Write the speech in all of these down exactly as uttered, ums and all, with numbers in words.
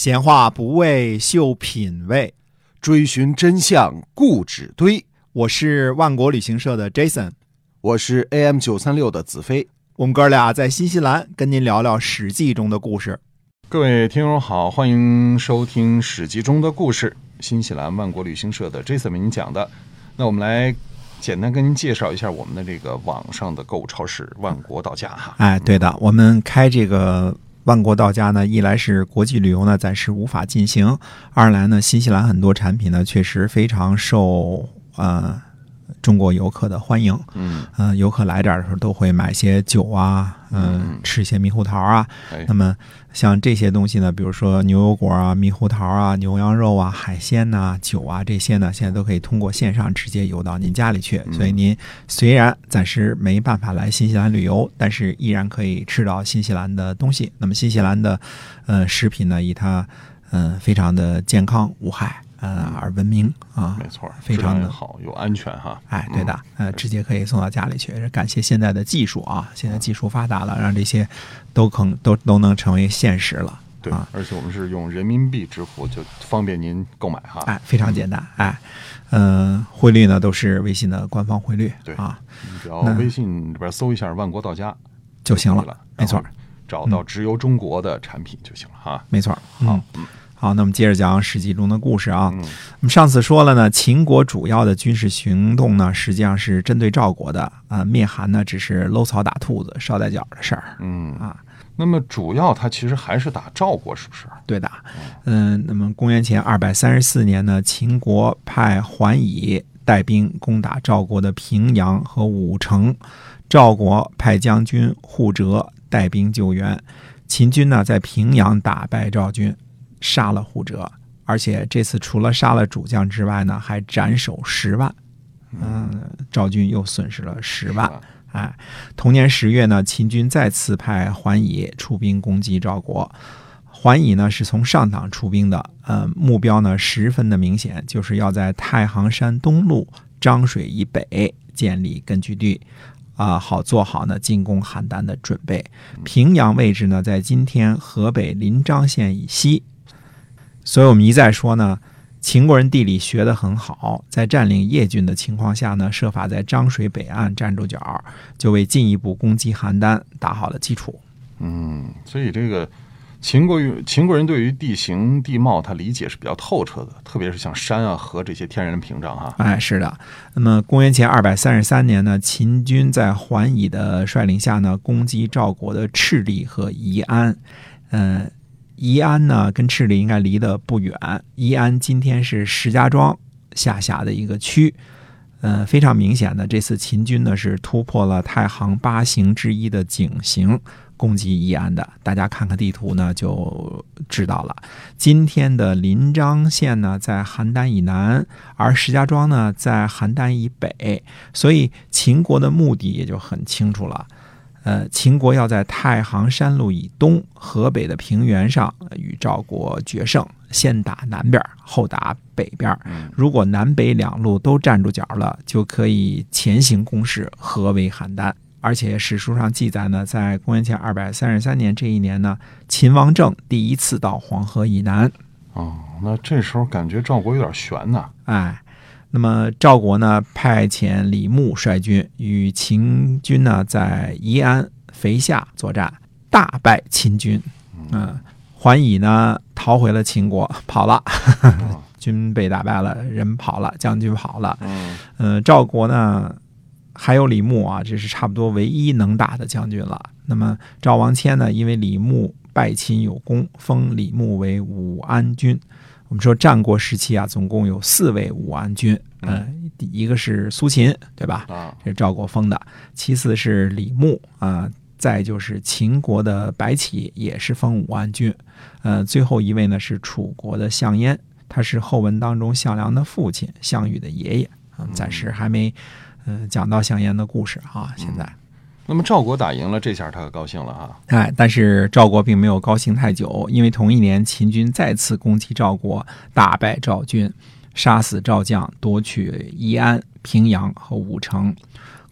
闲话不为秀品味， 追寻真相固执堆。 我是万国旅行社的 Jason， 我是 A M 九三六 的子飞。 我们哥俩在新西兰跟您聊聊史记中的故事。 各位听友好，欢迎收听史记中的故事，新西兰万国旅行社的 Jason 为您讲的。那我们来简单跟您介绍一下我们的这个网上的购物超市万国到家哈。 哎，对的，我们开这个万国到家呢，一来是国际旅游呢暂时无法进行，二来呢新西兰很多产品呢确实非常受呃中国游客的欢迎。嗯，呃，游客来这儿的时候都会买些酒啊，呃、嗯，吃一些猕猴桃啊。哎、那么像这些东西呢，比如说牛油果啊、猕猴桃啊、牛羊肉啊、海鲜呐、啊、酒啊这些呢，现在都可以通过线上直接邮到您家里去。所以您虽然暂时没办法来新西兰旅游，但是依然可以吃到新西兰的东西。那么新西兰的呃食品呢，以它嗯、呃、非常的健康无害。呃，而闻名啊， 没错， 非常的好，又安全哈。 哎，对的，呃，直接可以送到家里去。感谢现在的技术啊，现在技术发达了，让这些都可都都能成为现实了。 对啊，而且我们是用人民币支付，就方便您购买哈。 哎，非常简单。哎，嗯、呃，汇率呢都是微信的官方汇率。 对啊， 你只要微信里边搜一下“万国到家” 就行了。没错， 找到只有中国的产品就行了哈。 没错。 好。 嗯嗯好，那么接着讲史记中的故事啊。嗯、我们上次说了呢，秦国主要的军事行动呢，实际上是针对赵国的啊、呃，灭韩呢只是搂草打兔子、捎带脚的事儿。 嗯啊，那么主要他其实还是打赵国，是不是？ 对的。嗯、呃，那么公元前二百三十四年呢，秦国派桓乙带兵攻打赵国的平阳和武城，赵国派将军护哲带兵救援，秦军呢在平阳打败赵军。杀了护哲，而且这次除了杀了主将之外呢，还斩首十万。嗯，赵军又损失了十万。哎，同年十月呢，秦军再次派桓乙出兵攻击赵国。桓乙呢是从上党出兵的，呃，目标呢十分的明显，就是要在太行山东路漳水以北建立根据地。啊，好做好呢进攻邯郸的准备。平阳位置呢，在今天河北临漳县以西。所以我们一再说呢，秦国人地理学得很好，在占领邺郡的情况下呢，设法在漳水北岸站住脚，就为进一步攻击邯郸打好了基础。 嗯，所以这个秦国秦国人对于地形地貌他理解是比较透彻的，特别是像山啊河这些天然的屏障哈。 哎，是的。那么公元前二百三十三年呢，秦军在桓乙的率领下呢，攻击赵国的赤利和宜安。嗯、呃。宜安呢，跟赤利应该离得不远。宜安今天是石家庄下辖的一个区，呃，非常明显的，这次秦军呢是突破了太行八行之一的井陉，攻击宜安的。大家看看地图呢就知道了。今天的临漳县呢在邯郸以南，而石家庄呢在邯郸以北，所以秦国的目的也就很清楚了。呃，秦国要在太行山路以东河北的平原上与赵国决胜，先打南边后打北边。如果南北两路都站住脚了，就可以前行攻势，合围邯郸。而且史书上记载呢，在公元前二百三十三年这一年呢，秦王政第一次到黄河以南。 哦，那这时候感觉赵国有点悬呐。 哎。那么赵国呢派遣李牧率军与秦军呢在宜安肥下作战，大败秦军。嗯，桓乙呢逃回了秦国，跑了，呵呵军被打败了，人跑了，将军跑了。嗯，呃，赵国呢还有李牧啊，这是差不多唯一能打的将军了。那么赵王谦呢，因为李牧败秦有功，封李牧为武安君。我们说战国时期啊，总共有四位武安君，呃，一个是苏秦，对吧？这是赵国封的。其次是李牧啊、呃，再就是秦国的白起，也是封武安君。呃，最后一位呢是楚国的项燕，他是后文当中项梁的父亲，项羽的爷爷。嗯，暂时还没呃讲到项燕的故事啊，现在。 那么赵国打赢了，这下他可高兴了哈。 哎，但是赵国并没有高兴太久，因为同一年秦军再次攻击赵国，大败赵军，杀死赵将，夺取宜安、平阳和武城。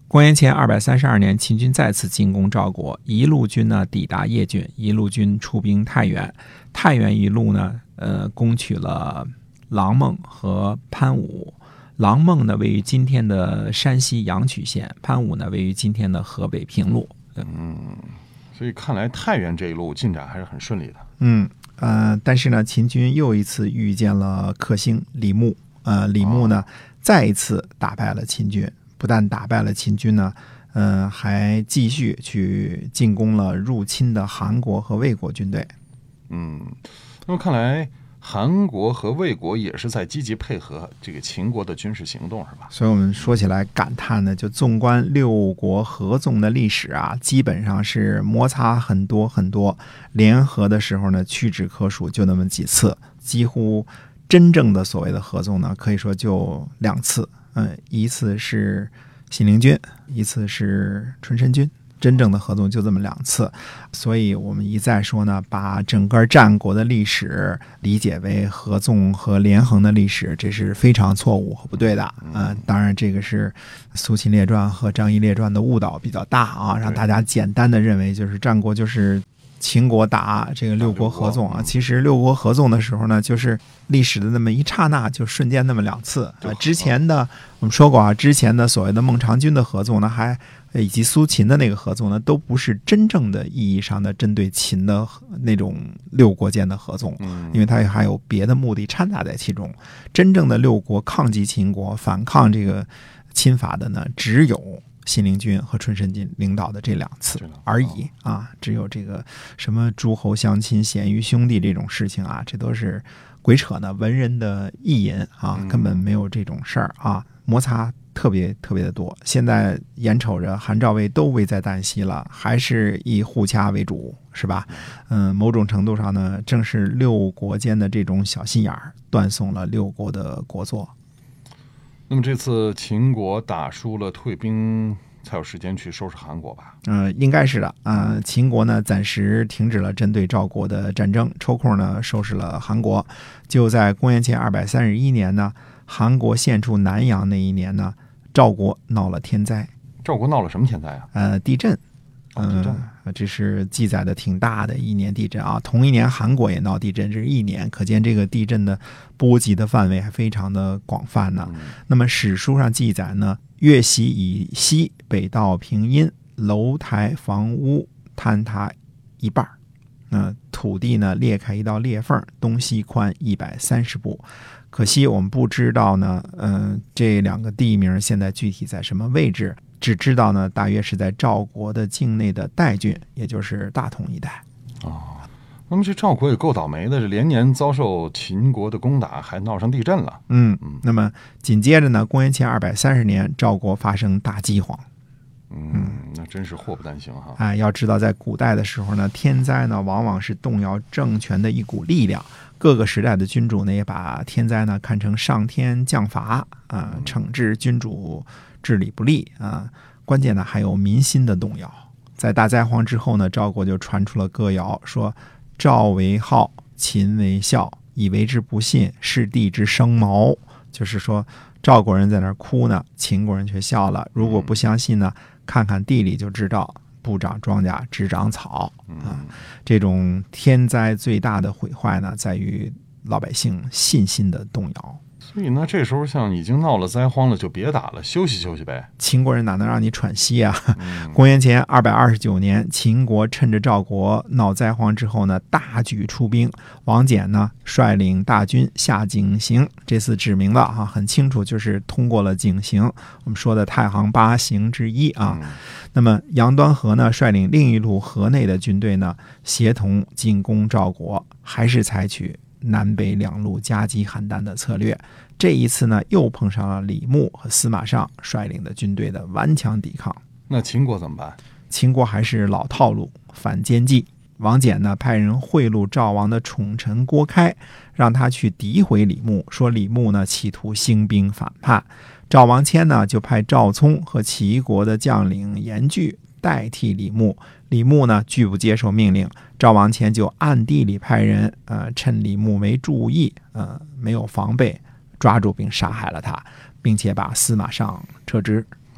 公元前二百三十二年，秦军再次进攻赵国，一路军呢抵达邺郡，一路军出兵太原，太原一路呢，呃，攻取了郎孟和潘武。郎孟呢位于今天的山西阳曲县，潘武呢位于今天的河北平陆。 嗯，所以看来太原这一路进展还是很顺利的。 嗯，呃，但是呢，秦军又一次遇见了克星李牧，呃，李牧呢、哦、再一次打败了秦军，不但打败了秦军呢，呃，还继续去进攻了入侵的韩国和魏国军队。 嗯，那么看来韩国和魏国也是在积极配合这个秦国的军事行动，是吧？ 所以我们说起来感叹呢，就纵观六国合纵的历史啊，基本上是摩擦很多很多，联合的时候呢屈指可数，就那么几次，几乎真正的所谓的合纵呢，可以说就两次，嗯，一次是信陵君，一次是春申君。真正的合纵就这么两次，所以我们一再说呢，把整个战国的历史理解为合纵和连横的历史，这是非常错误和不对的。呃，当然这个是苏秦列传和张仪列传的误导比较大啊，让大家简单的认为就是战国就是秦国打这个六国合纵啊，其实六国合纵的时候呢，就是历史的那么一刹那，就瞬间那么两次。呃，之前的我们说过啊，之前的所谓的孟尝君的合纵呢，还以及苏秦的那个合纵呢，都不是真正的意义上的针对秦的那种六国间的合纵，因为它还有别的目的掺杂在其中。真正的六国抗击秦国、反抗这个侵伐的呢，只有信陵君和春申君领导的这两次而已啊，只有这个什么诸侯相亲、鲜于兄弟这种事情啊，这都是鬼扯呢，文人的意淫啊，根本没有这种事儿啊，摩擦特别特别的多。现在眼瞅着韩赵魏都危在旦夕了，还是以互掐为主，是吧？嗯，某种程度上呢，正是六国间的这种小心眼儿断送了六国的国祚。 那么这次秦国打输了，退兵才有时间去收拾韩国吧？ 嗯、呃，应该是的啊、呃。秦国呢暂时停止了针对赵国的战争，抽空呢收拾了韩国。就在公元前二百三十一年呢，韩国献出南阳那一年呢，赵国闹了天灾。 赵国闹了什么天灾啊？ 呃，地震。 哦、地震、 呃，这是记载的挺大的一年地震啊。同一年韩国也闹地震，这是一年，可见这个地震的波及的范围还非常的广泛呢。嗯、那么史书上记载呢，越袭以西北到平阴，楼台房屋坍塌一半，呃，土地呢裂开一道裂缝，东西宽一百三十步。可惜我们不知道呢，嗯、呃，这两个地名现在具体在什么位置。只知道呢，大约是在赵国的境内的代郡，也就是大同一带。 哦，那么这赵国也够倒霉的，是连年遭受秦国的攻打，还闹上地震了。 嗯嗯。那么紧接着呢，公元前二百三十年，赵国发生大饥荒。 嗯，那真是祸不单行哈。 哎，要知道在古代的时候呢，天灾呢往往是动摇政权的一股力量。各个时代的君主呢，也把天灾呢看成上天降罚啊、呃，惩治君主治理不力啊，关键呢还有民心的动摇。在大灾荒之后呢，赵国就传出了歌谣，说赵为号，秦为孝，以为之不信，是地之生毛。就是说赵国人在那儿哭呢，秦国人却笑了。如果不相信呢，看看地里就知道，不长庄稼只长草啊。这种天灾最大的毁坏呢，在于老百姓信心的动摇。 所以呢，这时候像已经闹了灾荒了，就别打了，休息休息呗。 秦国人哪能让你喘息啊？嗯、公元前二百二十九年，秦国趁着赵国闹灾荒之后呢，大举出兵。王翦呢，率领大军下井陉。这次指明了啊，很清楚，就是通过了井陉，我们说的太行八行之一啊。嗯、那么杨端和呢，率领另一路河内的军队呢，协同进攻赵国，还是采取南北两路夹击邯郸的策略。这一次呢，又碰上了李牧和司马尚率领的军队的顽强抵抗。 那秦国怎么办？ 秦国还是老套路，反间计。王翦呢，派人贿赂赵王的宠臣郭开，让他去诋毁李牧，说李牧呢企图兴兵反叛。赵王谦呢，就派赵聪和齐国的将领严惧代替李牧。李牧呢拒不接受命令，赵王谦就暗地里派人呃趁李牧没注意，呃没有防备，抓住并杀害了他，并且把司马尚撤职。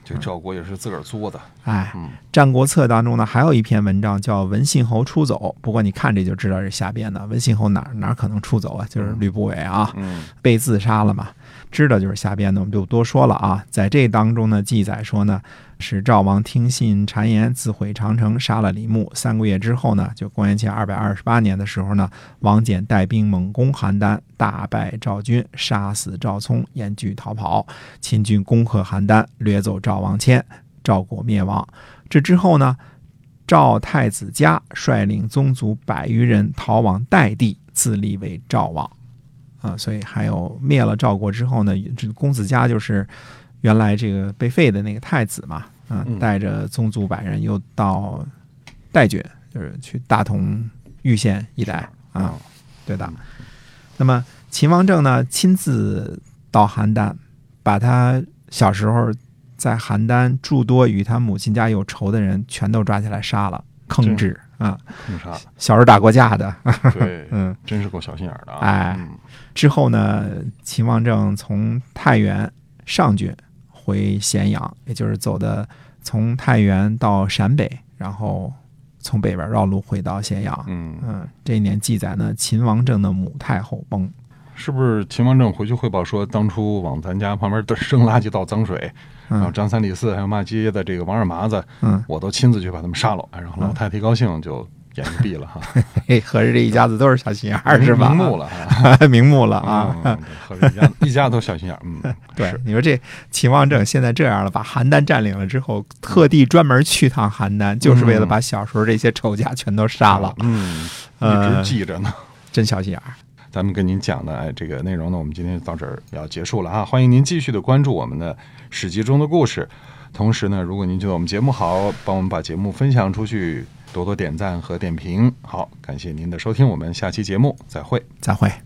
这赵国也是自个儿作的。 哎， 嗯， 《战国策》当中呢，还有一篇文章叫《文信侯出走》，不过你看这就知道是瞎编的。文信侯哪哪可能出走啊？就是吕不韦啊， 嗯， 被自杀了嘛，知道就是瞎编的，我们就不多说了啊。在这当中呢，记载说呢，是赵王听信谗言，自毁长城，杀了李牧。三个月之后呢，就公元前二百二十八年的时候呢，王翦带兵猛攻邯郸，大败赵军，杀死赵聪，严拒逃跑。秦军攻克邯郸，掠走赵王谦，赵国灭亡。这之后呢，赵太子嘉率领宗族百余人逃往代地，自立为赵王。啊，所以还有灭了赵国之后呢，这公子嘉就是原来这个被废的那个太子嘛，啊，带着宗族百人又到代郡，就是去大同玉县一带啊，对的。那么秦王政呢，亲自到邯郸，把他小时候在邯郸诸多与他母亲家有仇的人全都抓起来杀了，坑治啊， 坑杀， 小时候打过架的， 对， 嗯， 真是够小心眼的啊。 哎，之后呢，秦王政从太原上郡回咸阳，也就是走的从太原到陕北，然后从北边绕路回到咸阳。 嗯嗯，这一年记载呢，秦王政的母太后崩。 是不是秦王政回去汇报说，当初往咱家旁边扔垃圾倒脏水，然后张三李四还有骂街的这个王二麻子， 嗯， 我都亲自去把他们杀了，然后老太太一高兴就眼就闭了哈。 嘿，合着这一家子都是小心眼儿是吧？ 明目了哈， 明目了啊！ 嗯、合着一家一家都小心眼儿。嗯， 对，你说这秦王政现在这样了，把邯郸占领了之后，特地专门去趟邯郸，就是为了把小时候这些仇家全都杀了。 嗯，一直记着呢， 呃、真小心眼儿。 咱们跟您讲的哎，这个内容呢，我们今天到这儿要结束了啊！欢迎您继续的关注我们的《史记》中的故事。同时呢，如果您觉得我们节目好，帮我们把节目分享出去，多多点赞和点评。好，感谢您的收听，我们下期节目再会， 再会。